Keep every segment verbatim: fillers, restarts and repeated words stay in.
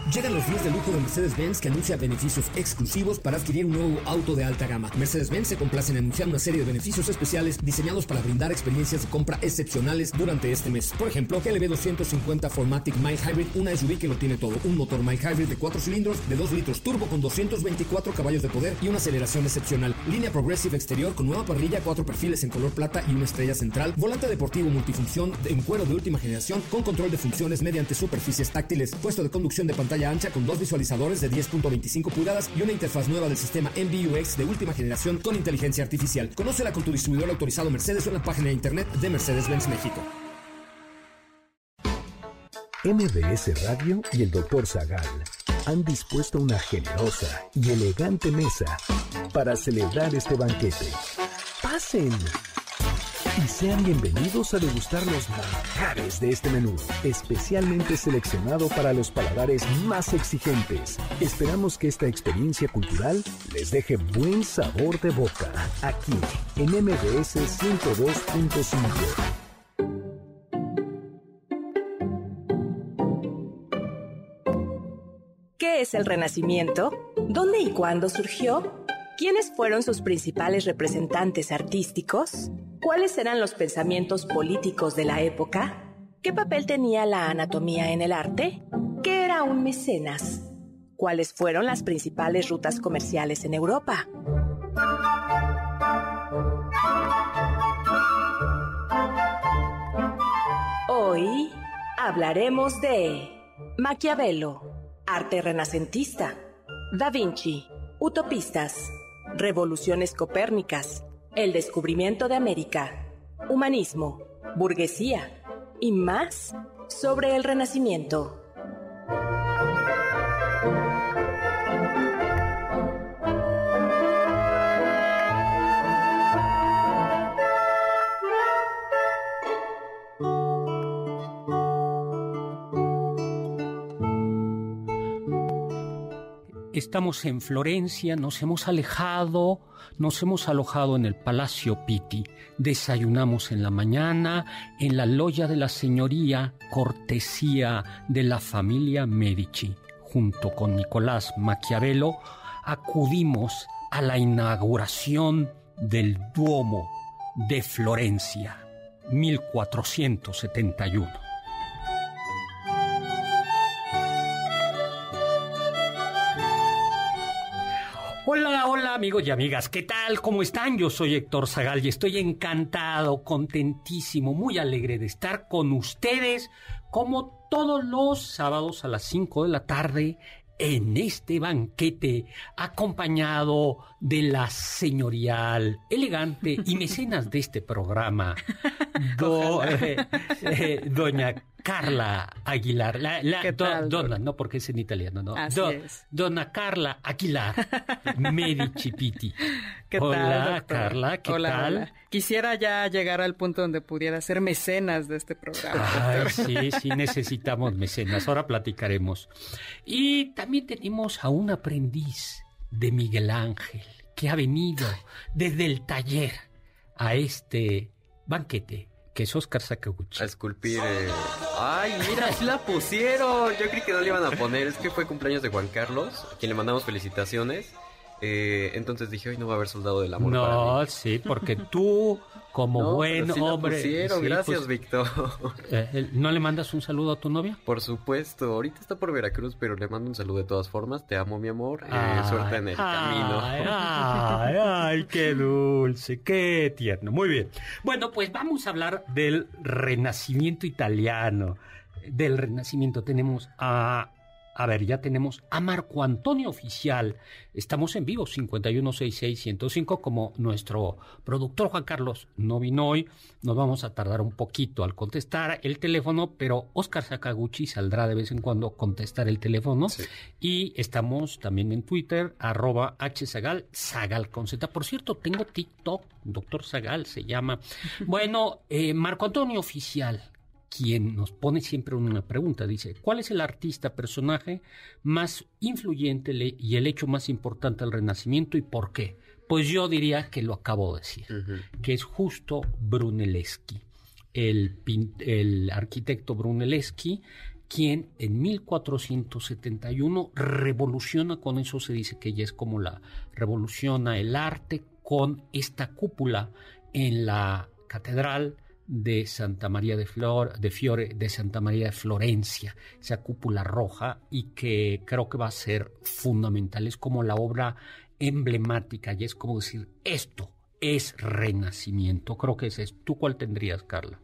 Llegan los días de lujo de Mercedes-Benz, que anuncia beneficios exclusivos para adquirir un nuevo auto de alta gama. Mercedes-Benz se complace en anunciar una serie de beneficios especiales diseñados para brindar experiencias de compra excepcionales durante este mes. Por ejemplo, G L B doscientos cincuenta cuatro matic Mild Hybrid, una S U V que lo tiene todo. Un motor Mild Hybrid de cuatro cilindros de dos litros turbo con doscientos veinticuatro caballos de poder y una aceleración excepcional. Línea Progressive exterior con nueva parrilla, cuatro perfiles en color plata y una estrella central. Volante deportivo multifunción en cuero de última generación con control de funciones mediante superficies táctiles. Puesto de conducción de pantalla ancha con dos visualizadores de diez punto veinticinco pulgadas y una interfaz nueva del sistema M B U X de última generación con inteligencia artificial. Conócela con tu distribuidor autorizado Mercedes o en la página de internet de Mercedes-Benz México. M B S Radio y el doctor Zagal han dispuesto una generosa y elegante mesa para celebrar este banquete. ¡Pasen! Y sean bienvenidos a degustar los manjares de este menú, especialmente seleccionado para los paladares más exigentes. Esperamos que esta experiencia cultural les deje buen sabor de boca, aquí en M B S ciento dos punto cinco. ¿Qué es el Renacimiento? ¿Dónde y cuándo surgió? ¿Quiénes fueron sus principales representantes artísticos? ¿Cuáles eran los pensamientos políticos de la época? ¿Qué papel tenía la anatomía en el arte? ¿Qué era un mecenas? ¿Cuáles fueron las principales rutas comerciales en Europa? Hoy hablaremos de Maquiavelo, arte renacentista, Da Vinci, utopistas, revoluciones copérnicas, el descubrimiento de América, humanismo, burguesía y más sobre el Renacimiento. Estamos en Florencia, nos hemos alejado, nos hemos alojado en el Palacio Pitti. Desayunamos en la mañana en la Logia de la Señoría, cortesía de la familia Medici. Junto con Nicolás Maquiavelo, acudimos a la inauguración del Duomo de Florencia, mil cuatrocientos setenta y uno. Hola, hola amigos y amigas, ¿qué tal? ¿Cómo están? Yo soy Héctor Zagal y estoy encantado, contentísimo, muy alegre de estar con ustedes como todos los sábados a las cinco de la tarde en este banquete acompañado de la señorial, elegante y mecenas de este programa, do, eh, eh, doña Carla Aguilar, la, la, ¿Qué do, tal? Donna, no porque es en italiano, no. Así Do, es. Donna Carla Aguilar, Medici Pitti. ¿Qué Hola, tal, doctor? Carla, ¿qué hola, tal? Hola. Quisiera ya llegar al punto donde pudiera ser mecenas de este programa. Ay, sí, sí necesitamos mecenas, ahora platicaremos. Y también tenemos a un aprendiz de Miguel Ángel que ha venido desde el taller a este banquete, que es Óscar Sakaguchi. A esculpir. Eh... ¡Ay, mira! ¡Sí la pusieron! Yo creí que no le iban a poner. Es que fue cumpleaños de Juan Carlos, a quien le mandamos felicitaciones. Eh, entonces dije, hoy no va a haber soldado del amor para No, mí. sí, porque tú, como No, buen pero sí la hombre... pusieron. sí, Gracias, pues, Víctor. eh, ¿No le mandas un saludo a tu novia? Por supuesto. Ahorita está por Veracruz, pero le mando un saludo de todas formas. Te amo, mi amor. Eh, Ay, suerte en el camino. Ay, ay, ay, qué dulce, qué tierno. Muy bien. Bueno, pues vamos a hablar del Renacimiento italiano. Del Renacimiento tenemos a... A ver, ya tenemos a Marco Antonio Oficial. Estamos en vivo, cincuenta y uno sesenta y seis ciento cinco, como nuestro productor Juan Carlos no vino hoy. Nos vamos a tardar un poquito al contestar el teléfono, pero Óscar Sakaguchi saldrá de vez en cuando a contestar el teléfono. Sí. Y estamos también en Twitter, arroba hzagal, Zagal con Z. Por cierto, tengo TikTok, doctor Zagal se llama. Bueno, eh, Marco Antonio Oficial, quien nos pone siempre una pregunta, dice, ¿cuál es el artista, personaje más influyente y el hecho más importante del Renacimiento y por qué? Pues yo diría que lo acabo de decir, uh-huh. que es justo Brunelleschi, el, el arquitecto Brunelleschi, quien en mil cuatrocientos setenta y uno revoluciona, con eso se dice que ella es como la revoluciona el arte, con esta cúpula en la catedral de Santa María de, Flor, de Fiore, de Santa María de Florencia, esa cúpula roja, y que creo que va a ser fundamental. Es como la obra emblemática y es como decir, esto es Renacimiento. Creo que ese es. ¿Tú cuál tendrías, Carla?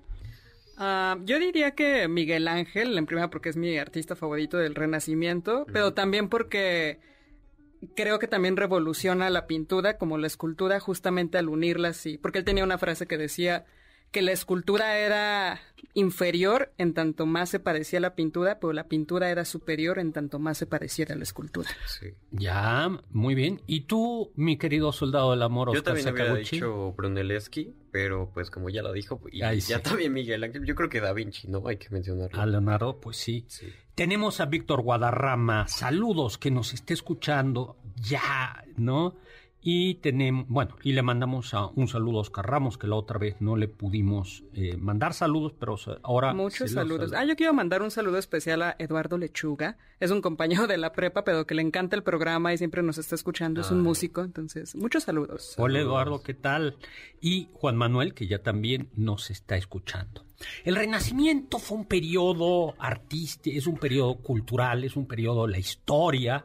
Uh, yo diría que Miguel Ángel, en primera porque es mi artista favorito del Renacimiento, mm. pero también porque creo que también revoluciona la pintura como la escultura, justamente al unirlas, sí, porque él tenía una frase que decía que la escultura era inferior en tanto más se parecía a la pintura, pero la pintura era superior en tanto más se pareciera a la escultura. Sí. Ya, muy bien. ¿Y tú, mi querido soldado del amor, Oscar Yo también Sakaguchi? había dicho Brunelleschi, pero pues como ya lo dijo, y Ay, ya sí. también Miguel Ángel, yo creo que Da Vinci, ¿no? Hay que mencionarlo. A Leonardo, pues sí. Sí. Tenemos a Víctor Guadarrama, saludos, que nos esté escuchando ya, ¿no? Y tenemos, bueno, y le mandamos a un saludo a Oscar Ramos, que la otra vez no le pudimos eh, mandar saludos, pero ahora... Muchos se saludos. Los... Ah, yo quiero mandar un saludo especial a Eduardo Lechuga. Es un compañero de la prepa, pero que le encanta el programa y siempre nos está escuchando. Ay. Es un músico, entonces, muchos saludos. Hola, Eduardo, ¿qué tal? Y Juan Manuel, que ya también nos está escuchando. El Renacimiento fue un periodo artístico, es un periodo cultural, es un periodo de la historia,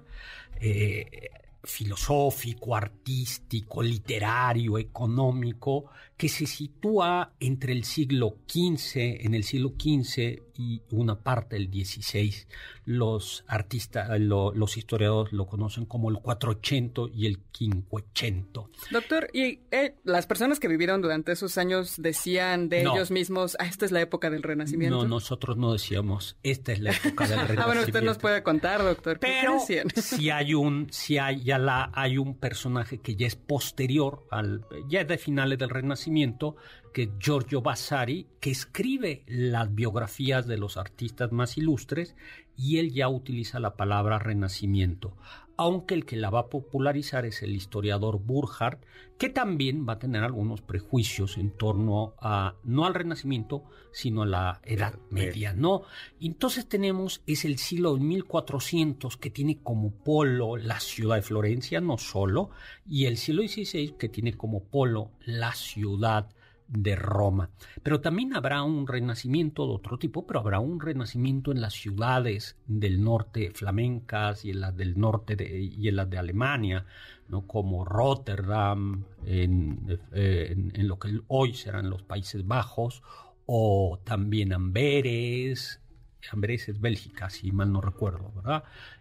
eh, filosófico, artístico, literario, económico, que se sitúa entre el siglo quince, en el siglo quince y una parte del dieciséis. Los artistas, lo, los historiadores lo conocen como el cuatrocientos y el quinquecento. Doctor, ¿y eh, las personas que vivieron durante esos años decían de no. ellos mismos, ah, esta es la época del Renacimiento? No, nosotros no decíamos, esta es la época del Renacimiento. Ah, bueno, usted nos puede contar, doctor. ¿Qué Pero decían? si hay un, si hay ya la, hay un personaje que ya es posterior al, ya de finales del Renacimiento, que es Giorgio Vasari, que escribe las biografías de los artistas más ilustres, y él ya utiliza la palabra Renacimiento, aunque el que la va a popularizar es el historiador Burckhardt, que también va a tener algunos prejuicios en torno a, no al Renacimiento, sino a la Edad Media, ¿no? Entonces tenemos, es el siglo mil cuatrocientos, que tiene como polo la ciudad de Florencia, no solo, y el siglo dieciséis, que tiene como polo la ciudad de Roma. Pero también habrá un renacimiento de otro tipo, pero habrá un renacimiento en las ciudades del norte flamencas y en las del norte de, y en las de Alemania, ¿no? Como Rotterdam, en, en, en lo que hoy serán los Países Bajos, o también Amberes, Amberes es Bélgica, si mal no recuerdo, ¿verdad?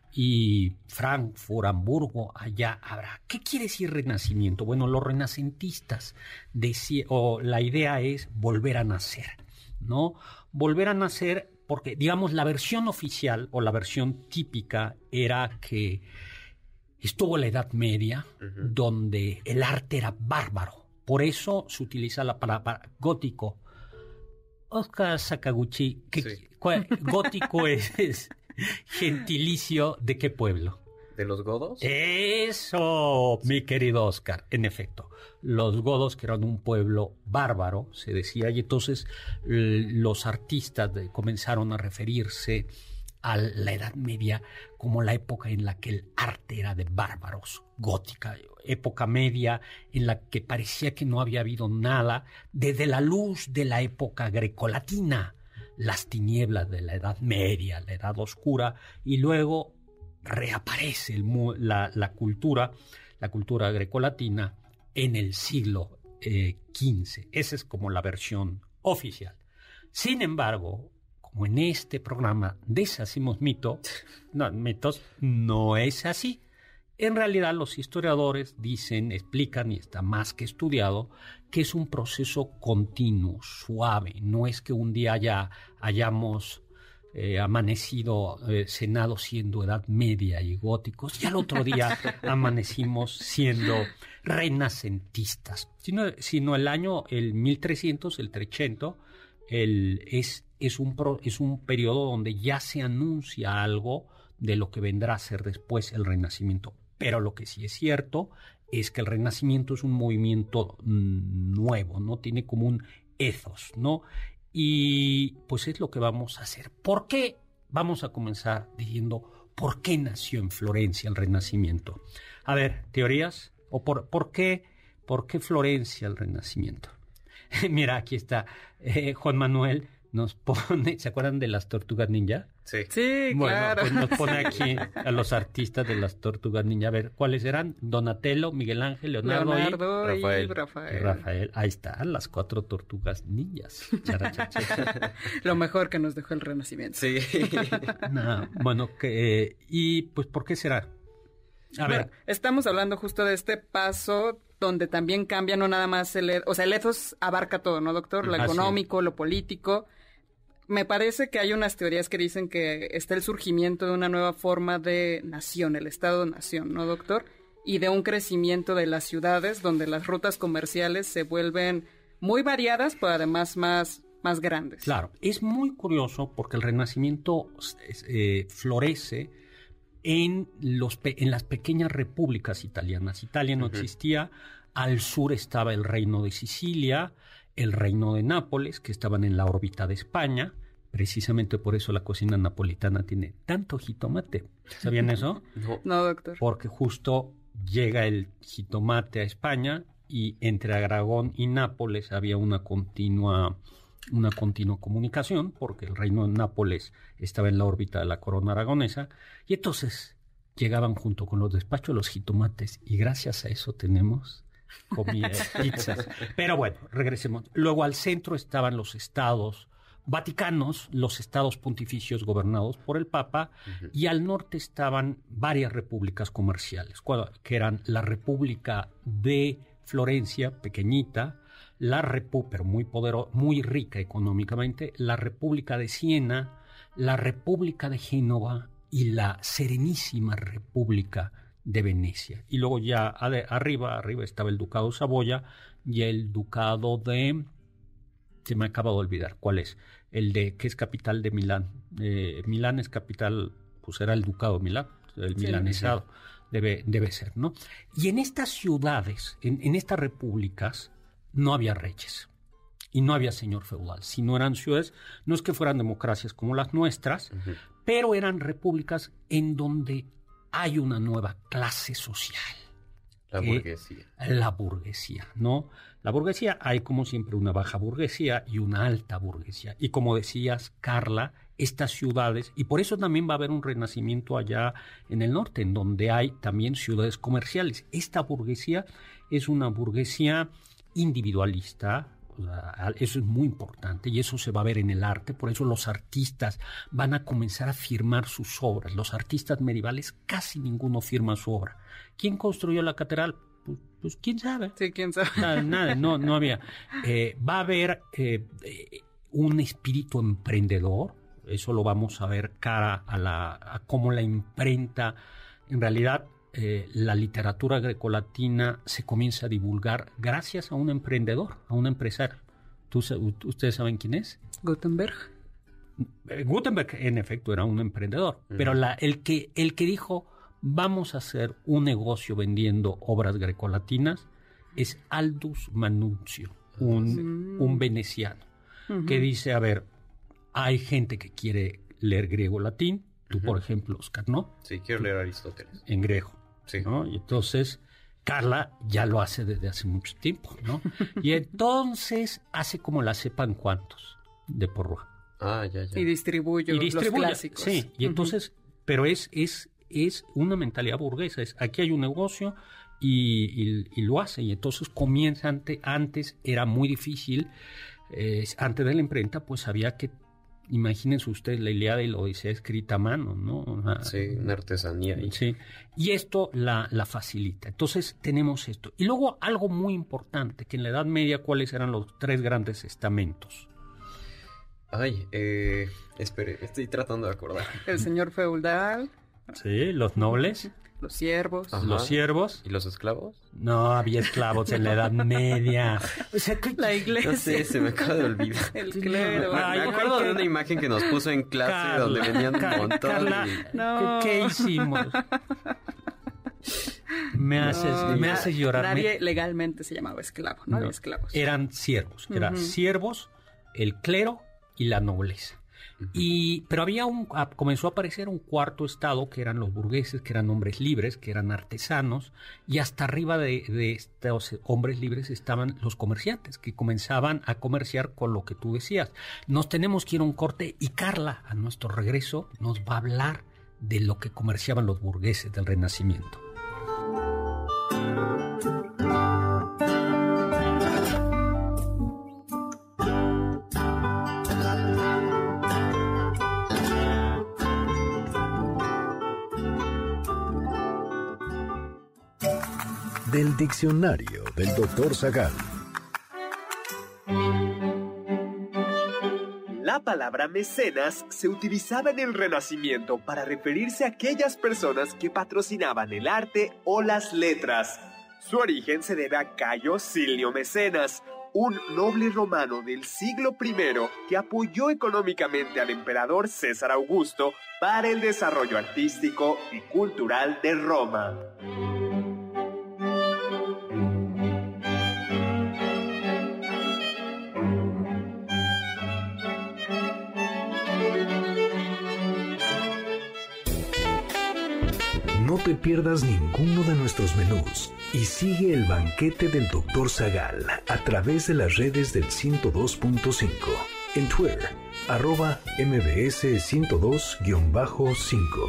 Y Frankfurt, Hamburgo, allá habrá. ¿Qué quiere decir renacimiento? Bueno, los renacentistas decían, o la idea es volver a nacer, ¿no? Volver a nacer porque, digamos, la versión oficial o la versión típica era que estuvo la Edad Media, uh-huh. donde el arte era bárbaro. Por eso se utiliza la palabra gótico. Oscar Sakaguchi, ¿qué, sí. ¿cuál, gótico es, es gentilicio de qué pueblo? ¿De los godos? Eso, sí. Mi querido Oscar, en efecto. Los godos, que eran un pueblo bárbaro, se decía, y entonces los artistas de, comenzaron a referirse a la Edad Media como la época en la que el arte era de bárbaros, gótica, época media en la que parecía que no había habido nada desde la luz de la época grecolatina, las tinieblas de la Edad Media, la Edad Oscura, y luego reaparece el, la, la cultura, la cultura grecolatina en el siglo eh, quince. Esa es como la versión oficial. Sin embargo, como en este programa deshacimos mito, no, mitos, no es así. En realidad los historiadores dicen, explican, y está más que estudiado, que es un proceso continuo, suave. No es que un día ya hayamos eh, amanecido, eh, cenado siendo Edad Media y góticos, y al otro día amanecimos siendo renacentistas. Sino, sino el año, el mil trescientos, el trecento, el, es, es, un pro, es un periodo donde ya se anuncia algo de lo que vendrá a ser después el Renacimiento. Pero lo que sí es cierto es que el Renacimiento es un movimiento nuevo, ¿no? Tiene como un ethos, ¿no? Y pues es lo que vamos a hacer. ¿Por qué vamos a comenzar diciendo por qué nació en Florencia el Renacimiento. A ver, teorías, o por, por qué, por qué Florencia el Renacimiento. Mira, aquí está eh, Juan Manuel. Nos pone, ¿se acuerdan de las Tortugas Ninja? Sí. Sí, Bueno, claro. pues nos pone aquí a los artistas de las Tortugas Ninja. A ver, ¿cuáles eran? Donatello, Miguel Ángel, Leonardo, Leonardo y... y Rafael. Rafael. y Rafael. Ahí están las cuatro Tortugas Ninjas. Chara, cha, cha. Lo mejor que nos dejó el Renacimiento. Sí. No, bueno, que, eh, y pues, ¿por qué será? A Bueno, ver, estamos hablando justo de este paso donde también cambia no nada más el... O sea, el ethos abarca todo, ¿no, doctor? Lo Así es. económico, lo político. Me parece que hay unas teorías que dicen que está el surgimiento de una nueva forma de nación, el Estado-nación, ¿no, doctor? Y de un crecimiento de las ciudades donde las rutas comerciales se vuelven muy variadas, pero además más, más grandes. claro, es muy curioso porque el Renacimiento eh, florece en, los pe- en las pequeñas repúblicas italianas. Italia no Ujú. existía, al sur estaba el reino de Sicilia, el reino de Nápoles, que estaban en la órbita de España. Precisamente por eso la cocina napolitana tiene tanto jitomate. ¿Sabían eso? No. No, doctor. Porque justo llega el jitomate a España y entre Aragón y Nápoles había una continua, una continua comunicación, porque el reino de Nápoles estaba en la órbita de la corona aragonesa, y entonces llegaban junto con los despachos los jitomates, y gracias a eso tenemos comida, pizzas. Pero bueno, regresemos. Luego al centro estaban los estados vaticanos, los estados pontificios gobernados por el Papa, Ujú. y al norte estaban varias repúblicas comerciales, cua- que eran la República de Florencia, pequeñita, la Repu, pero muy poderosa, muy rica económicamente, la República de Siena, la República de Génova y la Serenísima República de Venecia. Y luego ya ade- arriba, arriba estaba el Ducado de Saboya y el Ducado de... Se me acaba de olvidar cuál es. El de que es capital de Milán. Eh, Milán es capital, pues era el Ducado de Milán, el Sí. milanesado. Debe, debe ser, ¿no? Y en estas ciudades, en, en estas repúblicas, no había reyes y no había señor feudal. Si no eran ciudades, no es que fueran democracias como las nuestras, Ujú. pero eran repúblicas en donde hay una nueva clase social. La que- burguesía. La burguesía, ¿no? La burguesía, hay como siempre una baja burguesía y una alta burguesía. Y como decías, Carla, estas ciudades, y por eso también va a haber un renacimiento allá en el norte, en donde hay también ciudades comerciales. Esta burguesía es una burguesía individualista. O sea, eso es muy importante y eso se va a ver en el arte. Por eso los artistas van a comenzar a firmar sus obras. Los artistas medievales casi ninguno firma su obra. ¿Quién construyó la catedral? Pues, pues quién sabe. Sí, quién sabe. Nada, nada, no, no había. Eh, va a haber eh, eh, un espíritu emprendedor. Eso lo vamos a ver cara a, la, a cómo la imprenta. En realidad, eh, la literatura grecolatina se comienza a divulgar gracias a un emprendedor, a un empresario. ¿Tú, ¿Ustedes saben quién es? Gutenberg. Eh, Gutenberg, en efecto, era un emprendedor. Ujú. Pero la, el, que, el que dijo, vamos a hacer un negocio vendiendo obras grecolatinas, es Aldus Manuncio, un, Sí. un veneciano, Ujú. que dice, a ver, hay gente que quiere leer griego-latín, tú, Ujú. por ejemplo, Oscar, ¿no? Sí, quiero leer Aristóteles. En griego, Sí. ¿no? Y entonces, Carla ya lo hace desde hace mucho tiempo, ¿no? Y entonces hace como la sepan cuantos de Porrúa. Ah, ya, ya. Y distribuyo Y distribuye, los clásicos. sí, y entonces, pero es, es, es una mentalidad burguesa, es aquí hay un negocio y, y- y lo hace, y entonces comienza ante, antes era muy difícil, eh, antes de la imprenta, pues había que, imagínense ustedes la Ilíada y la Odisea escrita a mano, ¿no? O sea, Sí, una artesanía ahí. Sí, y esto la, la facilita. Entonces tenemos esto. Y luego algo muy importante, que en la Edad Media, ¿cuáles eran los tres grandes estamentos? Ay, eh, espere, estoy tratando de acordar. El señor feudal, Sí, los nobles, los siervos. Ajá. los siervos. ¿Y los esclavos? No había esclavos en la Edad Media. O sea, ¿qué- La iglesia. No sé, se me acaba de olvidar. El clero. Ay, me acuerdo ay, de que- una imagen que nos puso en clase Carla, donde venían un Ca- montón. Carla, y- No. ¿qué, qué hicimos? Me haces, No, me na- haces llorar. Me- Nadie legalmente se llamaba esclavo, no, había esclavos. Eran siervos, eran Ujú. siervos, el clero y la nobleza. Y, pero había un, a, comenzó a aparecer un cuarto estado que eran los burgueses, que eran hombres libres, que eran artesanos, y hasta arriba de, de estos hombres libres estaban los comerciantes, que comenzaban a comerciar con lo que tú decías. Nos tenemos que ir a un corte y Carla, a nuestro regreso, nos va a hablar de lo que comerciaban los burgueses del Renacimiento. Del diccionario del doctor Zagal. La palabra mecenas se utilizaba en el Renacimiento para referirse a aquellas personas que patrocinaban el arte o las letras. Su origen se debe a Cayo Silio Mecenas, un noble romano del siglo primero que apoyó económicamente al emperador César Augusto para el desarrollo artístico y cultural de Roma. No te pierdas ninguno de nuestros menús y sigue el banquete del doctor Zagal a través de las redes del ciento dos punto cinco. En Twitter, arroba M B S ciento dos guión cinco.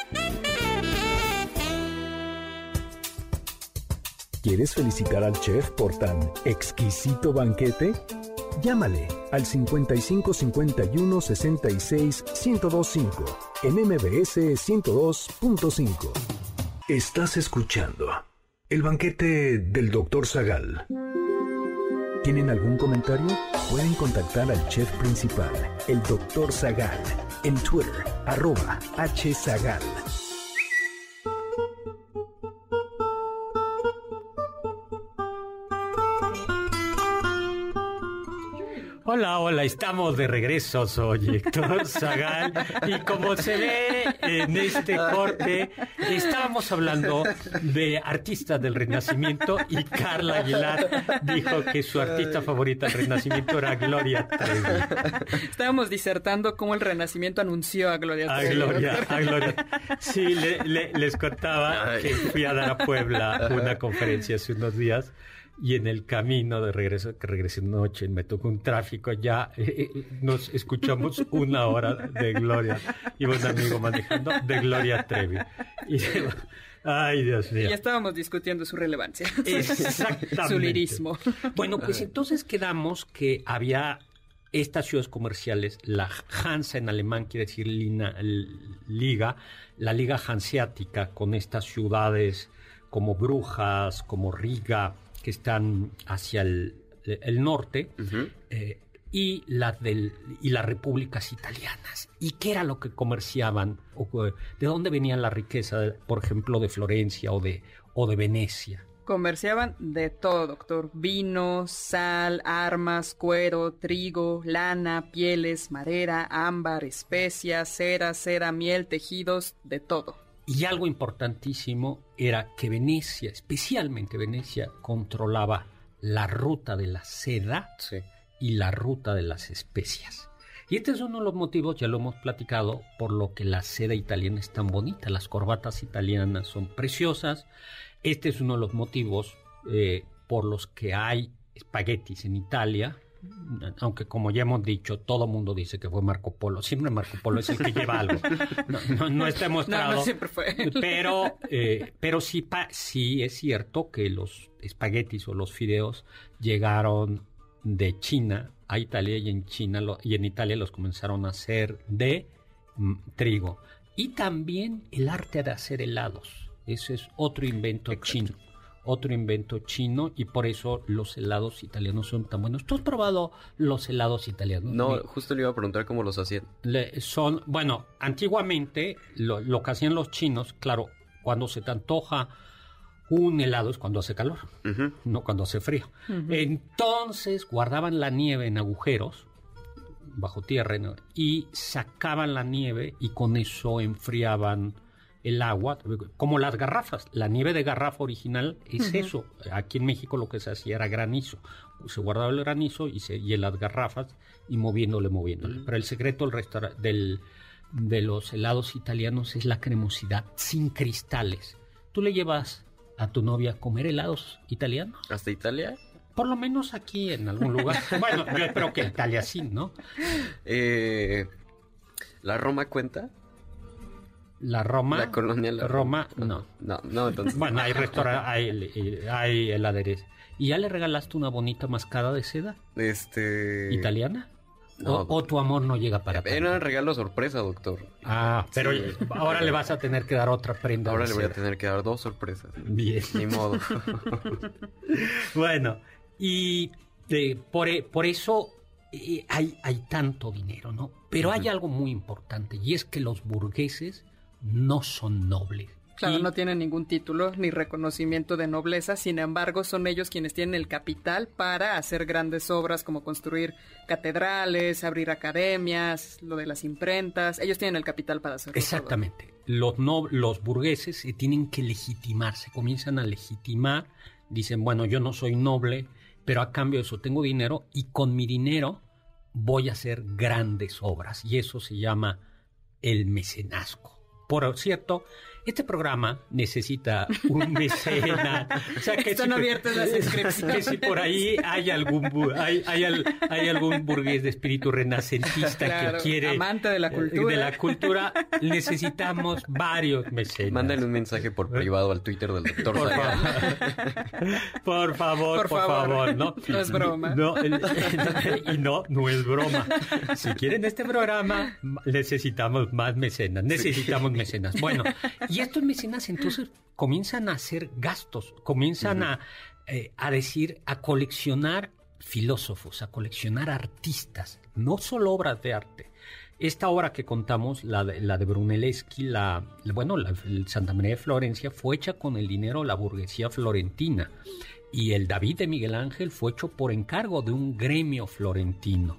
¿Quieres felicitar al chef por tan exquisito banquete? Llámale al cincuenta y cinco cincuenta y uno sesenta y seis ciento veinticinco en M B S ciento dos punto cinco. Estás escuchando el banquete del doctor Zagal. ¿Tienen algún comentario? Pueden contactar al chef principal, el doctor Zagal, en Twitter, arroba hzagal. Hola, hola, estamos de regreso, soy Héctor Zagal y como se ve en este corte, estábamos hablando de artistas del Renacimiento y Carla Aguilar dijo que su artista favorita del Renacimiento era Gloria Trevi. Estábamos disertando cómo el Renacimiento anunció a Gloria Trevi. A Gloria, a Gloria. Sí, le, le, les contaba que fui a dar a Puebla una conferencia hace unos días. Y en el camino de regreso, que regresé noche, me tocó un tráfico, ya eh, eh, nos escuchamos una hora de Gloria. Iba un amigo manejando de Gloria Trevi. Y, ay, Dios mío. Ya estábamos discutiendo su relevancia. Exactamente. Su lirismo. Bueno, pues entonces quedamos que había estas ciudades comerciales, la Hansa en alemán quiere decir lina, liga, la liga hanseática con estas ciudades como Brujas, como Riga, que están hacia el, el norte, uh-huh. eh, y, la del, y las repúblicas italianas. ¿Y qué era lo que comerciaban? O, ¿de dónde venía la riqueza, por ejemplo, de Florencia o de, o de Venecia? Comerciaban de todo, doctor. Vino, sal, armas, cuero, trigo, lana, pieles, madera, ámbar, especias, cera, cera, miel, tejidos, de todo. Y algo importantísimo era que Venecia, especialmente Venecia, controlaba la ruta de la seda sí. y la ruta de las especias. Y este es uno de los motivos, ya lo hemos platicado, por lo que la seda italiana es tan bonita. Las corbatas italianas son preciosas. Este es uno de los motivos eh, por los que hay espaguetis en Italia. Aunque como ya hemos dicho, todo mundo dice que fue Marco Polo. Siempre Marco Polo es el que lleva algo. No, no, no está demostrado. No, no siempre fue él. Pero, eh, pero sí, pa, sí es cierto que los espaguetis o los fideos llegaron de China a Italia y en China lo, y en Italia los comenzaron a hacer de mm, trigo. Y también el arte de hacer helados. Ese es otro invento Exacto. chino. Otro invento chino y por eso los helados italianos son tan buenos. ¿Tú has probado los helados italianos? No, Mi, justo le iba a preguntar cómo los hacían. Le, son, bueno, antiguamente lo, lo que hacían los chinos, claro, cuando se te antoja un helado es cuando hace calor, uh-huh. no cuando hace frío. Uh-huh. Entonces guardaban la nieve en agujeros bajo tierra, ¿no? Y sacaban la nieve y con eso enfriaban el agua, como las garrafas. La nieve de garrafa original es uh-huh. eso. Aquí en México lo que se hacía era granizo. Se guardaba el granizo y, se, y en las garrafas y moviéndole, moviéndole. Uh-huh. Pero el secreto del, restaur- del de los helados italianos es la cremosidad sin cristales. ¿Tú le llevas a tu novia a comer helados italianos? ¿Hasta Italia? Por lo menos aquí en algún lugar. Bueno, yo espero que Italia sí, ¿no? Eh, ¿La Roma cuenta? La Roma. La colonia la Roma, Roma. no. No, no, entonces. Bueno, hay restaurantes, hay, hay heladerías. ¿Y ya le regalaste una bonita mascada de seda? Este. ¿Italiana? No, o, ¿O tu amor no llega para acá? Era un regalo sorpresa, doctor. Ah, pero sí. Ahora le vas a tener que dar otra prenda. Ahora de le voy seda. a tener que dar dos sorpresas. Bien. Ni modo. Bueno, y eh, por, por eso eh, hay, hay tanto dinero, ¿no? Pero uh-huh. hay algo muy importante, y es que los burgueses no son nobles. Claro, y... no tienen ningún título ni reconocimiento de nobleza, sin embargo son ellos quienes tienen el capital para hacer grandes obras como construir catedrales, abrir academias, lo de las imprentas, ellos tienen el capital para hacerlo. Exactamente, todo. Los, no, los burgueses eh, tienen que legitimarse, comienzan a legitimar, dicen, bueno, yo no soy noble, pero a cambio de eso tengo dinero y con mi dinero voy a hacer grandes obras, y eso se llama el mecenazgo. Por cierto, este programa necesita un mecenas. O sea, que están si, abiertas las inscripciones. Que si por ahí hay algún hay, hay, hay algún burgués de espíritu renacentista claro, que quiere amante de la cultura, de la cultura, necesitamos varios mecenas. Mándale un mensaje por privado al Twitter del doctor Por Zagal. favor, por favor, por, por favor. favor, ¿no? No es broma. No, el, y no, no es broma. Si quieren este programa, necesitamos más mecenas, necesitamos sí. mecenas. Bueno, y estos mecenas entonces comienzan a hacer gastos, comienzan uh-huh. a, eh, a decir, a coleccionar filósofos, a coleccionar artistas, no solo obras de arte. Esta obra que contamos, la de, la de Brunelleschi, la, bueno, la, el Santa María de Florencia, fue hecha con el dinero de la burguesía florentina. Y el David de Miguel Ángel fue hecho por encargo de un gremio florentino.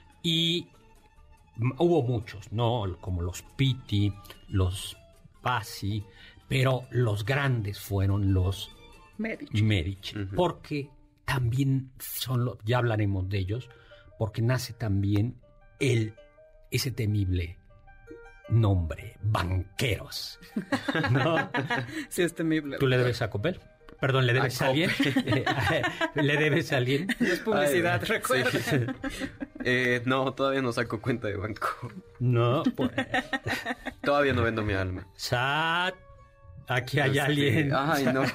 Y hubo muchos, ¿no? Como los Pitti, los Pazzi, pero los grandes fueron los Medici, Medici uh-huh. porque también son, los, ya hablaremos de ellos, porque nace también el, ese temible nombre, banqueros, ¿no? Sí, es temible. ¿Tú le debes a Coppel? Perdón, ¿le debes a, a alguien? ¿Le debes a alguien? Es publicidad, Ay, recuerda. Sí. Eh, no, todavía no saco cuenta de banco. No, pues... Todavía no vendo mi alma. Sat, aquí hay este... alguien. Ay, no.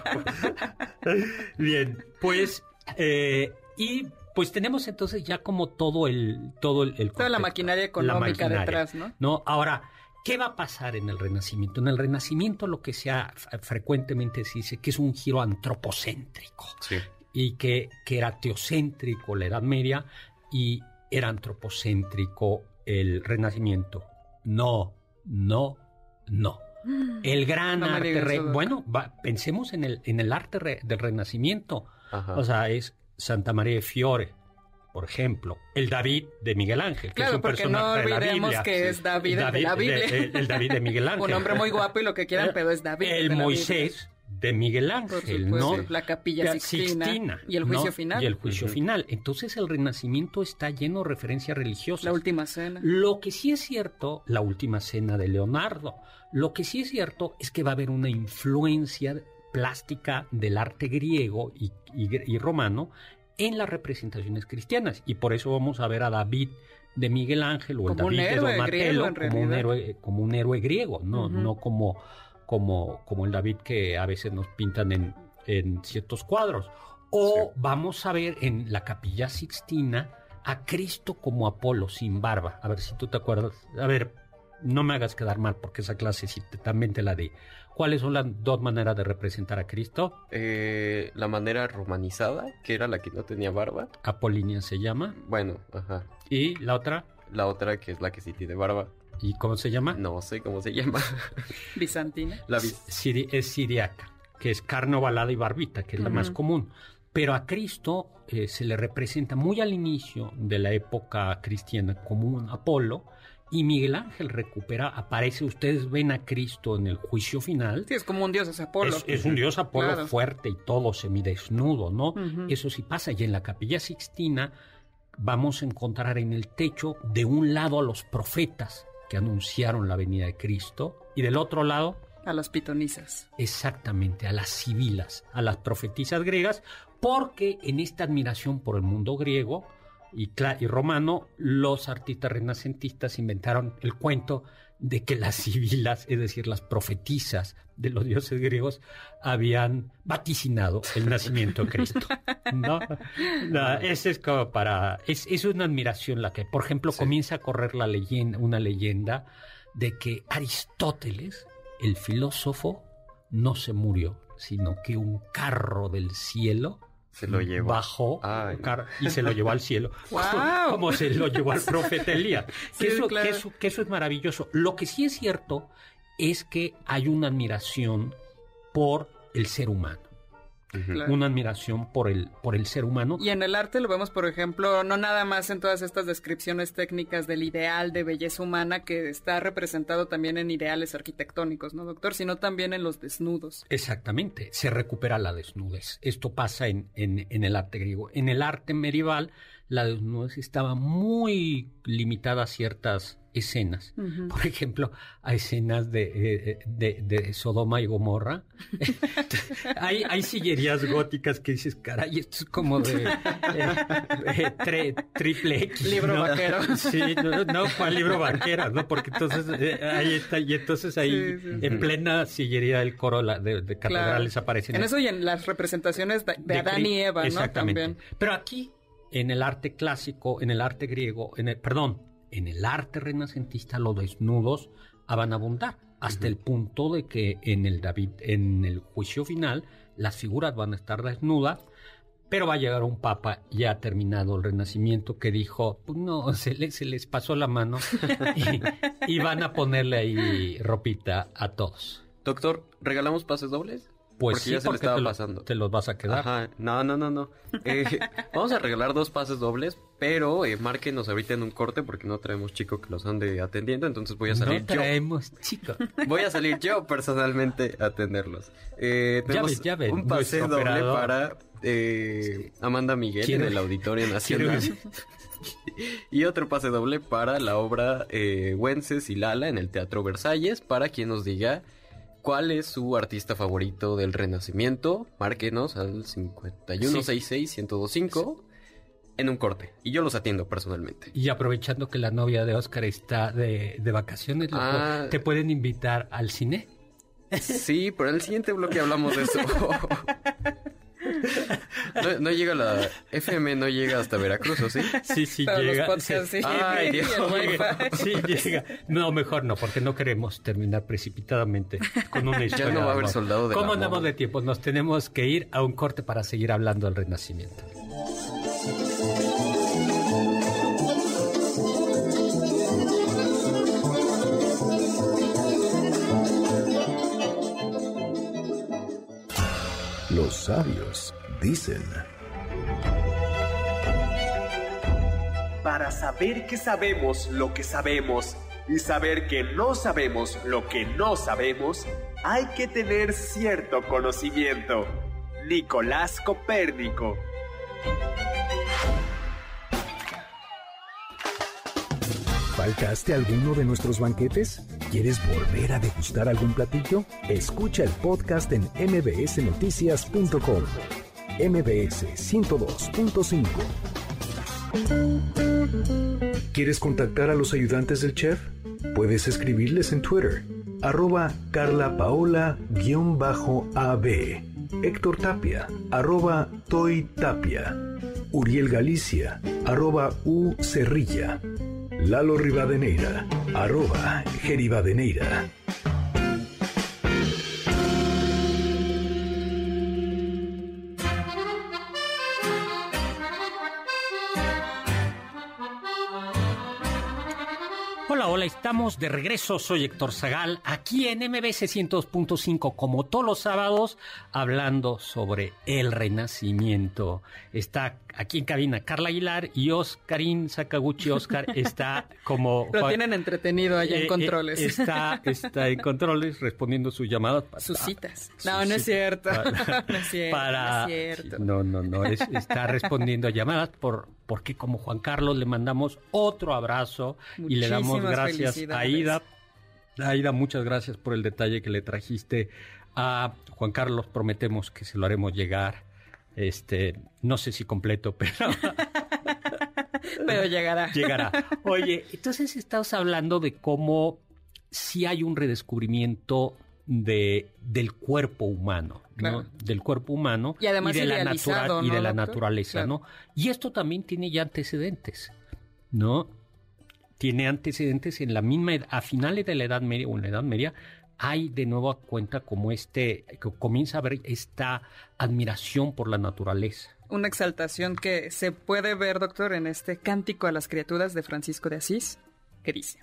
Bien, pues... Eh, y pues tenemos entonces ya como todo el... todo el, el Toda la maquinaria económica la maquinaria, detrás, ¿no? No, ahora... ¿Qué va a pasar en el Renacimiento? En el Renacimiento lo que se ha, frecuentemente se dice que es un giro antropocéntrico. Sí. Y que, que era teocéntrico la Edad Media y era antropocéntrico el Renacimiento. No, no, no. El gran no arte... Re, bueno, va, pensemos en el, en el arte re, del Renacimiento. Ajá. O sea, es Santa María de Fiore, por ejemplo, el David de Miguel Ángel, que claro, es un porque no personaje de la olvidemos Biblia. que es David, David de la Biblia. De, de, el David de Miguel Ángel. Un hombre muy guapo y lo que quieran, pero es David. El de Moisés de Miguel Ángel, ¿no? La capilla Sixtina, Sixtina y el juicio ¿no? final. Y el juicio uh-huh. final. Entonces el Renacimiento está lleno de referencias religiosas. La última cena. Lo que sí es cierto, la última cena de Leonardo, lo que sí es cierto es que va a haber una influencia plástica del arte griego y, y, y romano en las representaciones cristianas, y por eso vamos a ver a David de Miguel Ángel o el como David de Donatello como un héroe como un héroe griego, no, uh-huh. no como, como, como el David que a veces nos pintan en, en ciertos cuadros. O sí. vamos a ver en la Capilla Sixtina a Cristo como Apolo sin barba. A ver si tú te acuerdas. A ver, no me hagas quedar mal porque esa clase sí te, también te la di. ¿Cuáles son las dos maneras de representar a Cristo? Eh, la manera romanizada, que era la que no tenía barba. Apolínea se llama. Bueno, ajá. ¿Y la otra? La otra que es la que sí tiene barba. ¿Y cómo se llama? No sé cómo se llama. Bizantina. La bis- Siri- es siriaca, que es carne ovalada y barbita, que es uh-huh. la más común. Pero a Cristo eh, se le representa muy al inicio de la época cristiana como un Apolo, Y Miguel Ángel recupera, aparece, ustedes ven a Cristo en el juicio final. Sí, es como un dios, es Apolo. Es, es un dios Apolo Claro. fuerte y todo semidesnudo, ¿no? Ujú. Eso sí pasa. Y en la Capilla Sixtina vamos a encontrar en el techo de un lado a los profetas que anunciaron la venida de Cristo y del otro lado, A las pitonisas. exactamente, a las sibilas, a las profetisas griegas, porque en esta admiración por el mundo griego y, cla- y romano, los artistas renacentistas inventaron el cuento de que las sibilas, es decir, las profetisas de los dioses griegos, habían vaticinado el nacimiento de Cristo, ¿no? No, ese es como para... Es, es una admiración la que, por ejemplo, Sí. comienza a correr la leyenda, una leyenda de que Aristóteles, el filósofo, no se murió, sino que un carro del cielo Se lo llevó. bajó Ay. un carro y se lo llevó al cielo. ¡Guau! Como se lo llevó al profeta Elías. Que, Sí, eso, claro. que, eso, que eso es maravilloso. Lo que sí es cierto es que hay una admiración por el ser humano. Ujú. Claro. Una admiración por el, por el ser humano. Y en el arte lo vemos, por ejemplo, no nada más en todas estas descripciones técnicas del ideal de belleza humana que está representado también en ideales arquitectónicos, ¿no, doctor? Sino también en los desnudos. Exactamente, se recupera la desnudez. Esto pasa en, en, en el arte griego. En el arte medieval, la desnudez estaba muy limitada a ciertas escenas. Ujú. Por ejemplo, a escenas de, eh, de, de Sodoma y Gomorra. hay, hay sillerías góticas que dices, caray, esto es como de eh, eh, tre- triple X. Libro ¿no? vaquero. Sí, no, no, ¿cuál libro vaquero? ¿No? Porque entonces eh, ahí está, y entonces ahí Sí, sí, sí. en plena sillería del coro la- de, de catedrales Claro. aparecen. En eso y en las representaciones de, de de Adán Cri- y Eva, ¿no? Exactamente. También. Pero aquí, en el arte clásico, en el arte griego, en el, perdón, en el arte renacentista, los desnudos van a abundar, hasta el punto de que en el David, en el juicio final, las figuras van a estar desnudas, pero va a llegar un papa ya terminado el Renacimiento que dijo, pues no, se, le- se les pasó la mano y, y van a ponerle ahí ropita a todos. Doctor, ¿regalamos pases dobles? Pues Porque sí, ya se le porque estaba te, lo- pasando. te los vas a quedar. Ajá, no, no, no, no. Eh, vamos a regalar dos pases dobles, pero eh, márquenos ahorita en un corte porque no traemos chico que los ande atendiendo, entonces voy a salir No yo. traemos, chico. Voy a salir yo personalmente a atenderlos. Eh, Ya tenemos ves, ya ves, un pase nuestro doble operador. para eh, Amanda Miguel Quiero- en el Auditorio Nacional. quiero- Y otro pase doble para la obra eh, Wences y Lala en el Teatro Versalles, para quien nos diga cuál es su artista favorito del Renacimiento. Márquenos al cincuenta y uno sesenta y seis, ciento veinticinco en un corte. Y yo los atiendo personalmente. Y aprovechando que la novia de Oscar está de, de vacaciones, lo Ah. pu- te pueden invitar al cine. Sí, pero en el siguiente bloque hablamos de eso. No, no llega la F M, no llega hasta Veracruz, ¿o sí? Sí, sí, Para los llega. podcasts, sí. Ay, Dios. Y el Llega, Wi-Fi. sí, llega. No, mejor no, porque no queremos terminar precipitadamente con una historia. no va a de haber amor. soldado del ¿Cómo amor? andamos de tiempo? Nos tenemos que ir a un corte para seguir hablando del Renacimiento. Los sabios dicen. Para saber que sabemos lo que sabemos y saber que no sabemos lo que no sabemos, hay que tener cierto conocimiento. Nicolás Copérnico. ¿Faltaste a alguno de nuestros banquetes? ¿Quieres volver a degustar algún platillo? Escucha el podcast en m b s noticias punto com. M B S ciento dos punto cinco. ¿Quieres contactar a los ayudantes del chef? Puedes escribirles en Twitter, arroba carlapaola-ab, Héctor Tapia, arroba Toy Tapia, Uriel Galicia, arroba U Cerrilla, Lalo Rivadeneira, arroba Geribadeneira. Hola, hola, estamos de regreso. Soy Héctor Zagal, aquí en M B C ciento dos punto cinco, como todos los sábados, hablando sobre el Renacimiento. Está aquí en cabina Carla Aguilar y Oscarín Sakaguchi. Oscar está como... Lo tienen entretenido allá en eh, controles. Eh, está, está en controles respondiendo sus llamadas. Para, sus citas. Sus no, no es cierto. Para, no es cierto. Para, no es cierto. No, no, no. Es, está respondiendo a llamadas por, porque como Juan Carlos le mandamos otro abrazo. Muchísimas y le damos gracias a Aida. Aida, muchas gracias por el detalle que le trajiste a Juan Carlos. Prometemos que se lo haremos llegar. Este, no sé si completo, pero... pero llegará. Llegará. Oye, entonces estamos hablando de cómo sí hay un redescubrimiento de, del cuerpo humano, ¿no? Claro. Del cuerpo humano y, además y de la, natura, ¿no, y de la doctor? naturaleza, claro. ¿no? Y esto también tiene ya antecedentes, ¿no? Tiene antecedentes en la misma edad, a finales de la Edad Media o en la Edad Media, hay de nuevo a cuenta como este, que comienza a haber esta admiración por la naturaleza. Una exaltación que se puede ver, doctor, en este Cántico a las Criaturas de Francisco de Asís, que dice: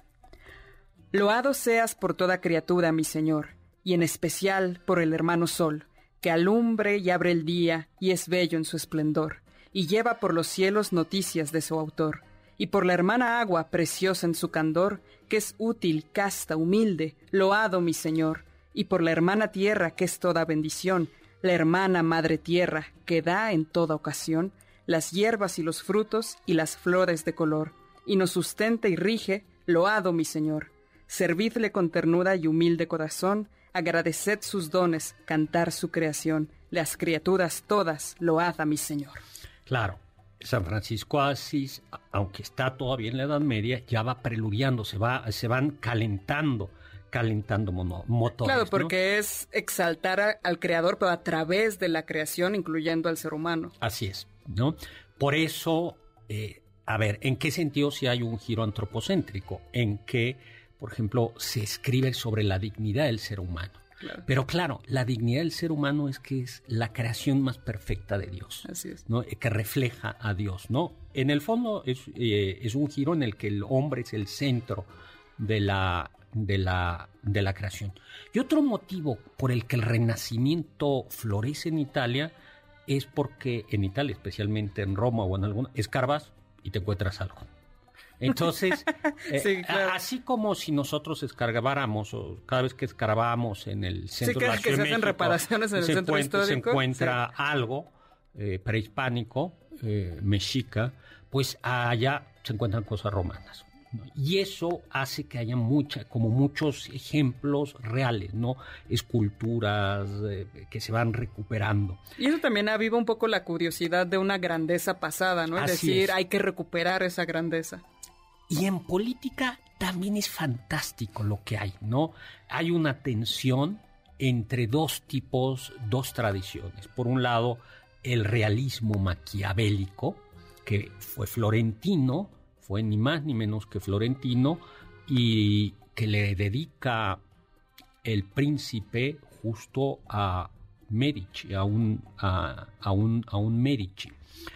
Loado seas por toda criatura, mi Señor, y en especial por el hermano Sol, que alumbre y abre el día y es bello en su esplendor, y lleva por los cielos noticias de su autor, y por la hermana agua preciosa en su candor, que es útil, casta, humilde, loado mi Señor, y por la hermana tierra, que es toda bendición, la hermana madre tierra, que da en toda ocasión las hierbas y los frutos y las flores de color, y nos sustenta y rige, loado mi Señor. Servidle con ternura y humilde corazón, agradeced sus dones, cantar su creación, las criaturas todas, load a mi Señor. Claro. San Francisco de Asís, aunque está todavía en la Edad Media, ya va preludiando, se va, se van calentando, calentando mono, motores. Claro, porque ¿no? es exaltar a, al creador, pero a través de la creación, incluyendo al ser humano. Así es, ¿no? Por eso, eh, a ver, ¿en qué sentido si hay un giro antropocéntrico? En que, por ejemplo, se escribe sobre la dignidad del ser humano. Claro. Pero claro, la dignidad del ser humano es que es la creación más perfecta de Dios. Así es. ¿No? Que refleja a Dios, ¿no? En el fondo es, eh, es un giro en el que el hombre es el centro de la, de, la, de la creación. Y otro motivo por el que el Renacimiento florece en Italia es porque en Italia, especialmente en Roma o en alguna, escarbas y te encuentras algo. Entonces, eh, sí, claro. así como si nosotros escarbáramos, o cada vez que escarbamos en el centro sí, de la Ciudad de México, reparaciones en el se, centro encuentra, se encuentra sí. algo eh, prehispánico, eh, mexica, pues allá se encuentran cosas romanas. ¿no? Y eso hace que haya mucha, como muchos ejemplos reales, ¿no? Esculturas eh, que se van recuperando. Y eso también aviva un poco la curiosidad de una grandeza pasada, ¿no? Es Así decir, es. hay que recuperar esa grandeza. Y en política también es fantástico lo que hay, ¿no? Hay una tensión entre dos tipos, dos tradiciones. Por un lado, el realismo maquiavélico, que fue florentino, fue ni más ni menos que florentino, y que le dedica el príncipe justo a Medici, a un, a, a un, a un Medici.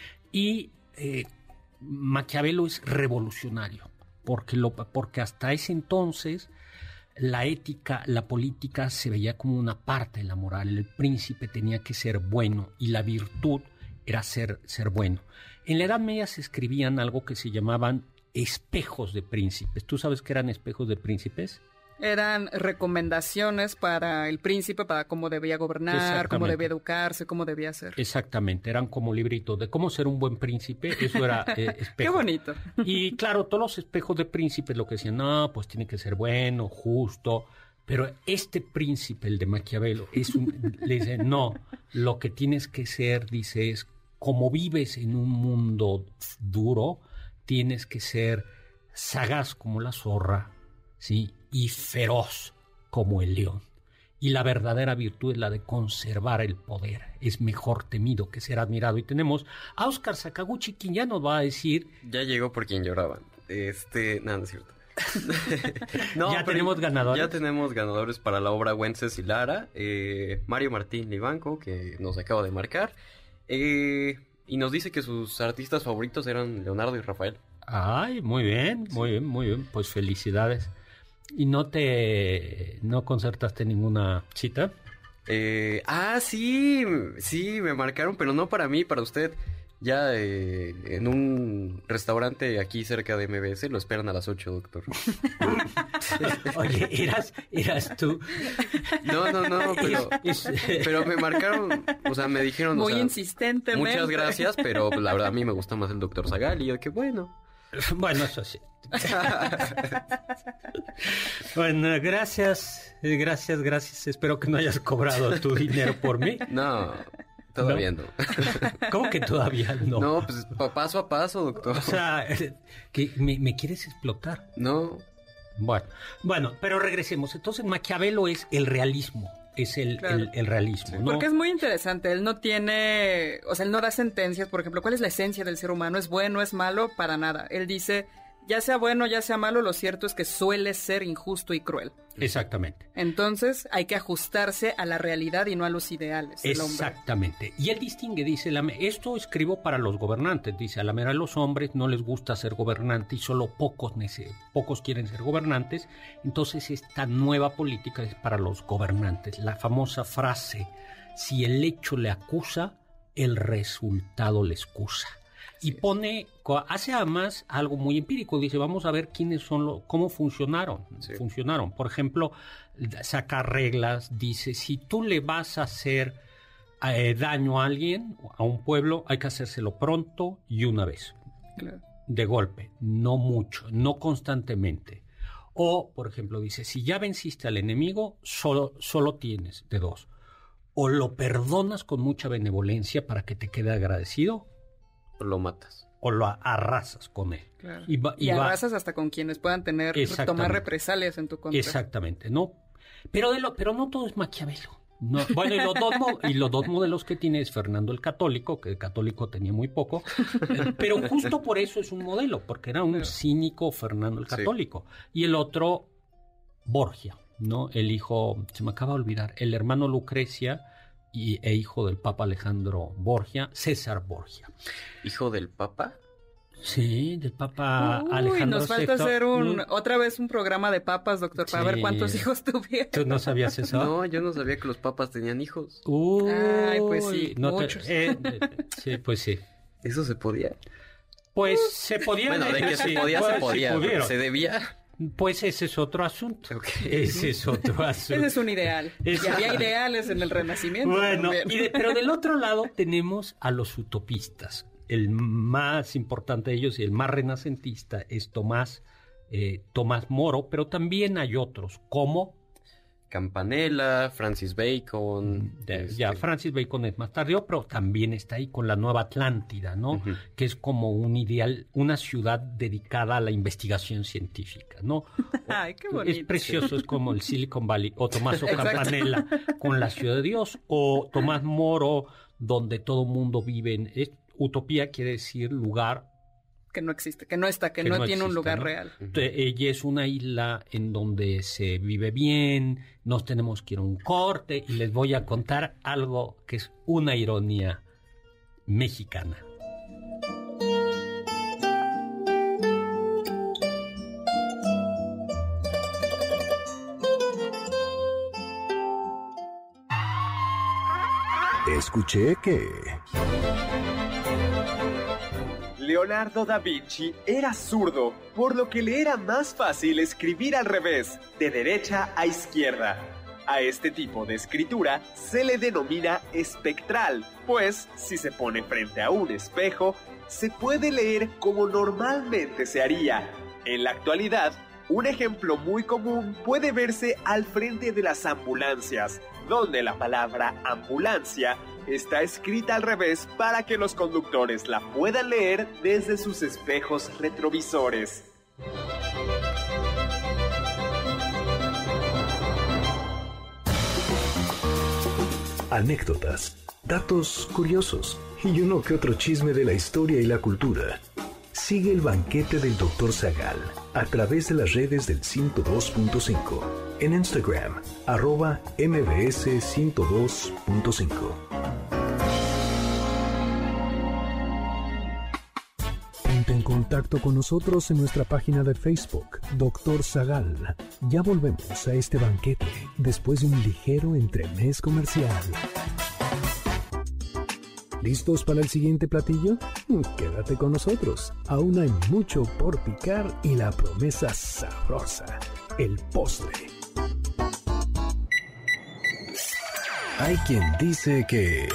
Y eh, Maquiavelo es revolucionario, porque, lo, porque hasta ese entonces la ética, la política se veía como una parte de la moral. El príncipe tenía que ser bueno y la virtud era ser, ser bueno. En la Edad Media se escribían algo que se llamaban espejos de príncipes. ¿Tú sabes qué eran espejos de príncipes? Eran recomendaciones para el príncipe, para cómo debía gobernar, cómo debía educarse, cómo debía ser. Exactamente, eran como libritos de cómo ser un buen príncipe, eso era eh, espejo. Qué bonito. Y claro, todos los espejos de príncipes lo que decían, no, pues tiene que ser bueno, justo, pero este príncipe, el de Maquiavelo, es un, le dice, no, lo que tienes que ser, dice, es como vives en un mundo duro, tienes que ser sagaz como la zorra, ¿sí? Y feroz como el león. Y la verdadera virtud es la de conservar el poder. Es mejor temido que ser admirado. Y tenemos a Oscar Sakaguchi, quien ya nos va a decir... Ya llegó por quien lloraban. Este... No, no es cierto. no, ya tenemos ganadores. Ya tenemos ganadores para la obra Wences y Lara. Eh, Mario Martín Libanco, que nos acaba de marcar. Eh, y nos dice que sus artistas favoritos eran Leonardo y Rafael. Ay, muy bien, muy bien, muy bien. Pues felicidades. ¿Y no te... no concertaste ninguna cita? Eh, ah, sí, sí, me marcaron, pero no para mí, para usted. Ya eh, en un restaurante aquí cerca de M B S lo esperan a las ocho, doctor. Oye, ¿eras, eras tú? No, no, no, pero, pero me marcaron, o sea, me dijeron... Muy o sea, insistentemente. muchas gracias, pero la verdad a mí me gusta más el doctor Zagal. Y yo, que bueno. Bueno, eso sí. Bueno, gracias, gracias, gracias. Espero que no hayas cobrado tu dinero por mí. No, todavía no. no. ¿Cómo que todavía no? No, pues paso a paso, doctor. O sea, que me, me quieres explotar. No. Bueno, bueno, pero regresemos. Entonces, Maquiavelo es el realismo. Es el, claro. el, el realismo, ¿no? Porque es muy interesante. Él no tiene... O sea, él no da sentencias. Por ejemplo, ¿cuál es la esencia del ser humano? ¿Es bueno, es malo? Para nada. Él dice... Ya sea bueno, ya sea malo, lo cierto es que suele ser injusto y cruel. Exactamente. Entonces hay que ajustarse a la realidad y no a los ideales del hombre. Exactamente. Y él distingue, dice, la, esto escribo para los gobernantes, dice, a la mera los hombres no les gusta ser gobernante y solo pocos, pocos quieren ser gobernantes. Entonces esta nueva política es para los gobernantes. La famosa frase, si el hecho le acusa, el resultado le excusa. Y pone, hace además algo muy empírico, dice, vamos a ver quiénes son los, cómo funcionaron, sí. funcionaron. Por ejemplo, saca reglas, dice, si tú le vas a hacer eh, daño a alguien, a un pueblo, hay que hacérselo pronto y una vez. Claro. De golpe, no mucho, no constantemente. O, por ejemplo, dice, si ya venciste al enemigo, solo, solo tienes de dos. O lo perdonas con mucha benevolencia para que te quede agradecido, o lo matas. O lo arrasas con él. Claro. Y, va, y, y arrasas va... hasta con quienes puedan tener, tomar represalias en tu contra. Exactamente, ¿no? Pero, de lo, pero no todo es Maquiavelo. No, bueno, y los, dos, y los dos modelos que tiene es Fernando el Católico, que el Católico tenía muy poco, pero justo por eso es un modelo, porque era un claro. cínico Fernando el Católico. Sí. Y el otro, Borgia, ¿no? El hijo, se me acaba de olvidar, el hermano Lucrecia... Y, e hijo del Papa Alejandro Borgia, César Borgia. ¿Hijo del Papa? Sí, del Papa Uy, Alejandro nos falta hacer un, mm. otra vez un programa de papas, doctor, para sí. ver cuántos hijos tuvieron. ¿Tú no sabías eso? No, yo no sabía que los papas tenían hijos. Uy, Ay, pues sí, no muchos. Te, eh, sí, pues sí. ¿Eso se podía? Pues se podía. Bueno, de que se podía, pues, se podía. Sí ¿Se debía? Pues ese es otro asunto. Okay. Ese es otro asunto. Ese es un ideal. Es... Y había ideales en el Renacimiento. Bueno, y de, pero del otro lado tenemos a los utopistas. El más importante de ellos y el más renacentista es Tomás, eh, Tomás Moro, pero también hay otros, como... Campanella, Francis Bacon. De, este... Ya, Francis Bacon es más tardío, pero también está ahí con la Nueva Atlántida, ¿no? Uh-huh. Que es como un ideal, una ciudad dedicada a la investigación científica, ¿no? Ay, qué bonito. Es precioso, es como el Silicon Valley, o Tommaso Campanella con la Ciudad de Dios, o Tomás Moro, donde todo mundo vive en... Es, utopía quiere decir lugar... Que no existe, que no está, que, que no, no tiene existe, un lugar ¿no? real. Ella es una isla en donde se vive bien, nos tenemos que ir a un corte y les voy a contar algo que es una ironía mexicana. Escuché que... Leonardo da Vinci era zurdo, por lo que le era más fácil escribir al revés, de derecha a izquierda. A este tipo de escritura se le denomina espectral, pues si se pone frente a un espejo, se puede leer como normalmente se haría. En la actualidad, un ejemplo muy común puede verse al frente de las ambulancias, donde la palabra ambulancia está escrita al revés para que los conductores la puedan leer desde sus espejos retrovisores. Anécdotas, datos curiosos y uno que otro chisme de la historia y la cultura. Sigue el banquete del doctor Zagal a través de las redes del ciento dos punto cinco. En Instagram, arroba M B S ciento dos punto cinco. Ponte en contacto. contacto con nosotros en nuestra página de Facebook, Doctor Zagal. Ya volvemos a este banquete después de un ligero entremés comercial. ¿Listos para el siguiente platillo? Quédate con nosotros. Aún hay mucho por picar y la promesa sabrosa, el postre. Hay quien dice que...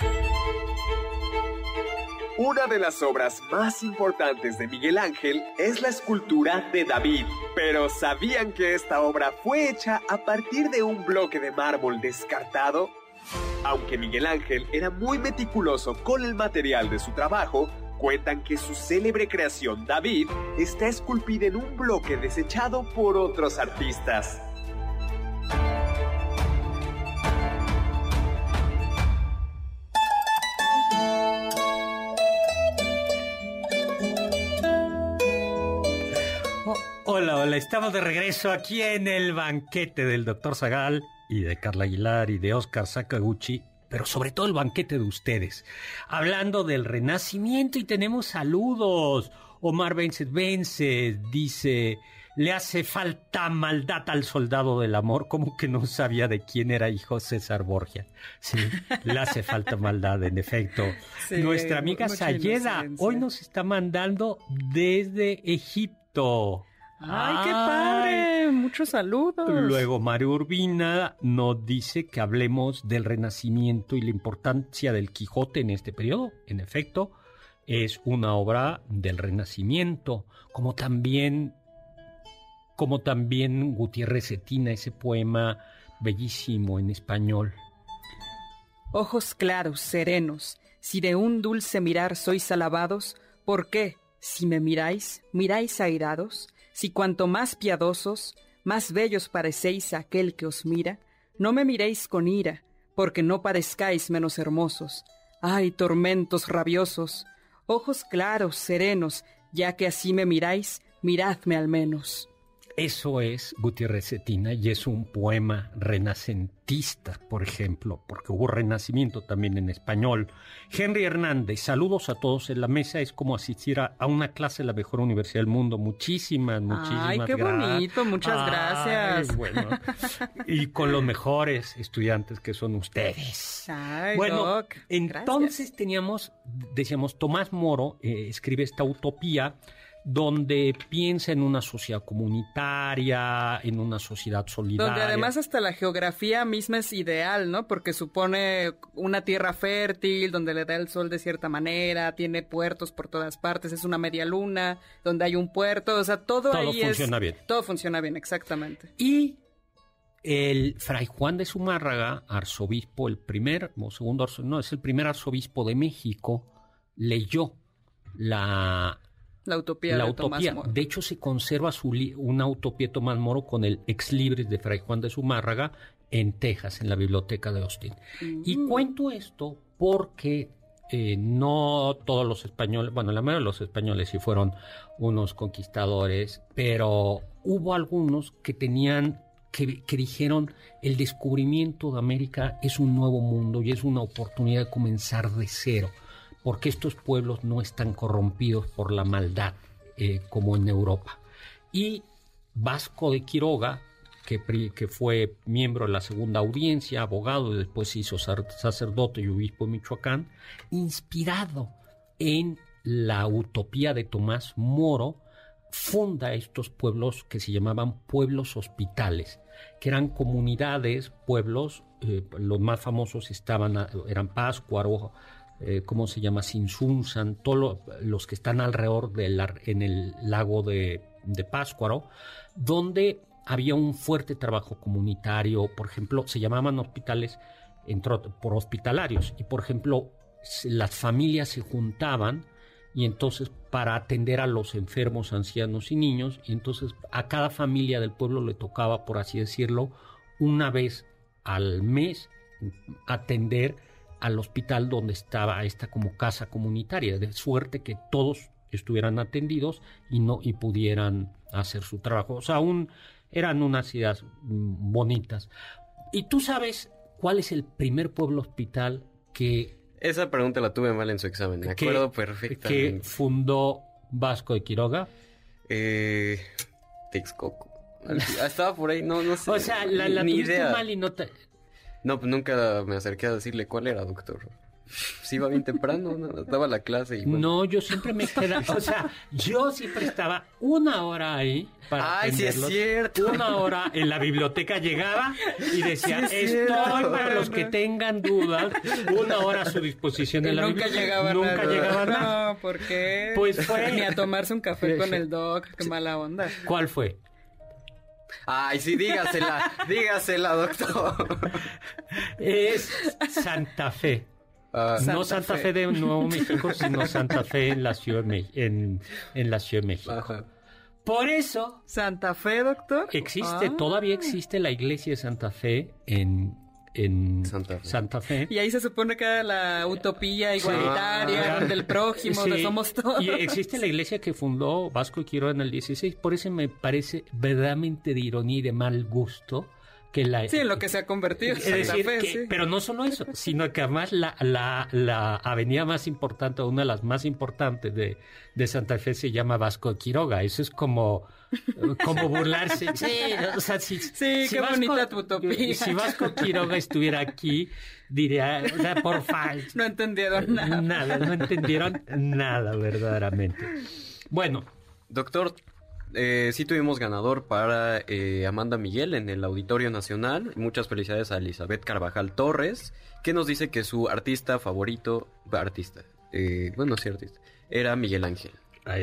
Una de las obras más importantes de Miguel Ángel es la escultura de David. Pero ¿sabían que esta obra fue hecha a partir de un bloque de mármol descartado? Aunque Miguel Ángel era muy meticuloso con el material de su trabajo, cuentan que su célebre creación David está esculpida en un bloque desechado por otros artistas. Hola, hola, estamos de regreso aquí en el banquete del doctor Zagal y de Carla Aguilar y de Oscar Sakaguchi, pero sobre todo el banquete de ustedes, hablando del Renacimiento y tenemos saludos. Omar Vences Vences dice, le hace falta maldad al soldado del amor, como que no sabía de quién era hijo César Borgia. Sí, le hace falta maldad, en efecto. Sí, nuestra amiga Sayeda hoy nos está mandando desde Egipto. ¡Ay, qué padre! Muchos saludos. Luego Mario Urbina nos dice que hablemos del Renacimiento y la importancia del Quijote en este periodo. En efecto, es una obra del Renacimiento, como también, como también Gutiérrez Cetina, ese poema bellísimo en español. Ojos claros, serenos, si de un dulce mirar sois alabados, ¿por qué, si me miráis, miráis airados? Si cuanto más piadosos, más bellos parecéis a aquel que os mira, no me miréis con ira, porque no parezcáis menos hermosos. ¡Ay, tormentos rabiosos! Ojos claros, serenos, ya que así me miráis, miradme al menos. Eso es Gutiérrez Cetina y es un poema renacentista, por ejemplo, porque hubo renacimiento también en español. Henry Hernández, saludos a todos en la mesa, es como asistir a, a una clase en la mejor universidad del mundo. Muchísimas, muchísimas gracias. Ay, qué gra- bonito, muchas Ay, gracias. Bueno, y con los mejores estudiantes que son ustedes. Ay, bueno, Doc, entonces gracias. teníamos, decíamos, Tomás Moro eh, escribe esta utopía donde piensa en una sociedad comunitaria, en una sociedad solidaria. Donde además hasta la geografía misma es ideal, ¿no? Porque supone una tierra fértil, donde le da el sol de cierta manera, tiene puertos por todas partes, es una media luna, donde hay un puerto, o sea, todo, todo ahí funciona es... bien. Todo funciona bien, exactamente. Y el fray Juan de Zumárraga, arzobispo, el primer, o segundo arzobispo, no, es el primer arzobispo de México, leyó la... La utopía la de utopía. Tomás Moro. De hecho, se conserva su li- una utopía de Tomás Moro con el ex libris de Fray Juan de Zumárraga en Texas, en la biblioteca de Austin. Mm. Y cuento esto porque eh, no todos los españoles, bueno, la mayoría de los españoles sí fueron unos conquistadores, pero hubo algunos que tenían, que, que dijeron, el descubrimiento de América es un nuevo mundo y es una oportunidad de comenzar de cero, porque estos pueblos no están corrompidos por la maldad eh, como en Europa. Y Vasco de Quiroga, que, que fue miembro de la segunda audiencia, abogado y después se hizo sacerdote y obispo de Michoacán, inspirado en la utopía de Tomás Moro, funda estos pueblos que se llamaban pueblos hospitales, que eran comunidades, pueblos, eh, los más famosos estaban, eran Pátzcuaro, Eh, ¿cómo se llama? Sinsunzan, todos lo, los que están alrededor del, en el lago de, de Pátzcuaro, donde había un fuerte trabajo comunitario. Por ejemplo, se llamaban hospitales entró, por hospitalarios, y por ejemplo, las familias se juntaban y entonces para atender a los enfermos, ancianos y niños, y entonces a cada familia del pueblo le tocaba, por así decirlo, una vez al mes atender al hospital donde estaba esta como casa comunitaria, de suerte que todos estuvieran atendidos y no y pudieran hacer su trabajo. O sea, un, eran unas ideas bonitas. ¿Y tú sabes cuál es el primer pueblo hospital que... Esa pregunta la tuve mal en su examen, me que, acuerdo perfectamente. Que fundó Vasco de Quiroga. Eh, Texcoco. Estaba por ahí, no, no sé. O sea, la, la ni tuviste idea. mal y no te... No, pues nunca me acerqué a decirle cuál era, doctor. Sí, iba bien temprano, ¿no? Daba la clase y bueno. No, yo siempre me quedaba, o sea, yo siempre estaba una hora ahí para Ay, sí es atenderlos. cierto. Una hora en la biblioteca llegaba y decía, Sí es estoy cierto. para los que tengan dudas, una hora a su disposición en Y la nunca biblioteca. llegaba Nunca nada. llegaba nada. No, ¿por qué? Pues fue- Ni a tomarse un café con el doc, qué mala onda. ¿Cuál fue? Ay, sí, dígasela, dígasela, doctor. Es Santa Fe. Ah, No Santa Santa Fe. Fe de Nuevo México, sino Santa Fe en la Ciudad de, Me- en, en la Ciudad de México. ajá. Por eso ¿Santa Fe, doctor? existe, Ah. todavía existe la iglesia de Santa Fe en, en Santa Fe. Santa Fe. Y ahí se supone que era la utopía igualitaria, Ah. del prójimo, Sí, de somos todos. Y existe la iglesia que fundó Vasco de Quiroga en el dieciséis, por eso me parece verdaderamente de ironía y de mal gusto que la... Sí, en lo que se ha convertido Es Santa decir, Fe, que- sí. pero no solo eso, sino que además la, la, la avenida más importante, una de las más importantes de, de Santa Fe se llama Vasco de Quiroga. Eso es como, como burlarse. Sí, o sea, si, Sí, qué bonita tu utopía. Si Vasco Quiroga estuviera aquí, diría, o sea, por favor. No entendieron nada. Nada, no entendieron nada verdaderamente. Bueno, Doctor, eh, sí tuvimos ganador para eh, Amanda Miguel en el Auditorio Nacional. Muchas felicidades a Elizabeth Carvajal Torres, que nos dice que su artista favorito, artista, eh, bueno, sí, artista, era Miguel Ángel.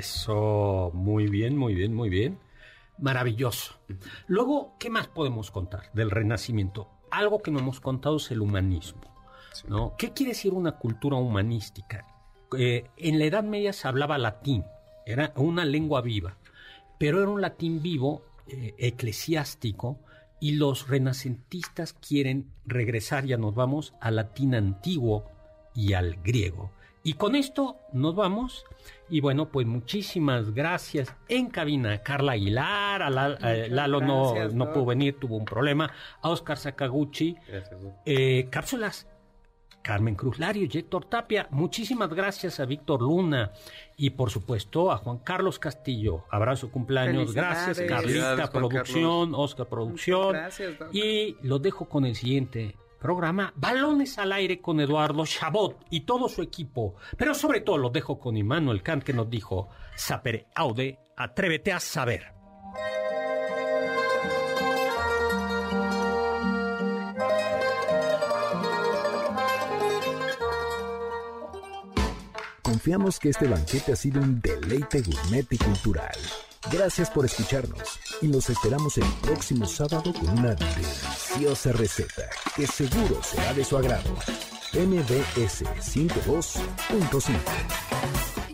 eso, muy bien, muy bien, muy bien. Maravilloso. Luego, ¿qué más podemos contar del Renacimiento? Algo que no hemos contado es el humanismo, ¿no? ¿Qué quiere decir una cultura humanística? Eh, en la Edad Media se hablaba latín, era una lengua viva, pero era un latín vivo, eh, eclesiástico, y los renacentistas quieren regresar, ya nos vamos, al latín antiguo y al griego. Y con esto nos vamos. Y bueno, pues muchísimas gracias en cabina. Carla Aguilar, a, La- a Lalo no, gracias, no Doc. pudo venir, tuvo un problema. A Oscar Sakaguchi. Gracias. Eh, cápsulas. Carmen Cruz Lario y Héctor Tapia. Muchísimas gracias a Víctor Luna. Y por supuesto a Juan Carlos Castillo. Abrazo, cumpleaños. Gracias, Felicidades. Carlita Felicidades, Juan Producción, Oscar Producción. Gracias, Doc. Y los dejo con el siguiente programa, Balones al Aire con Eduardo Chabot y todo su equipo. Pero sobre todo los dejo con Immanuel Kant, que nos dijo, sapere aude, atrévete a saber. Confiamos que este banquete ha sido un deleite gourmet y cultural. Gracias por escucharnos y nos esperamos el próximo sábado con una deliciosa receta que seguro será de su agrado. M B S ciento dos punto cinco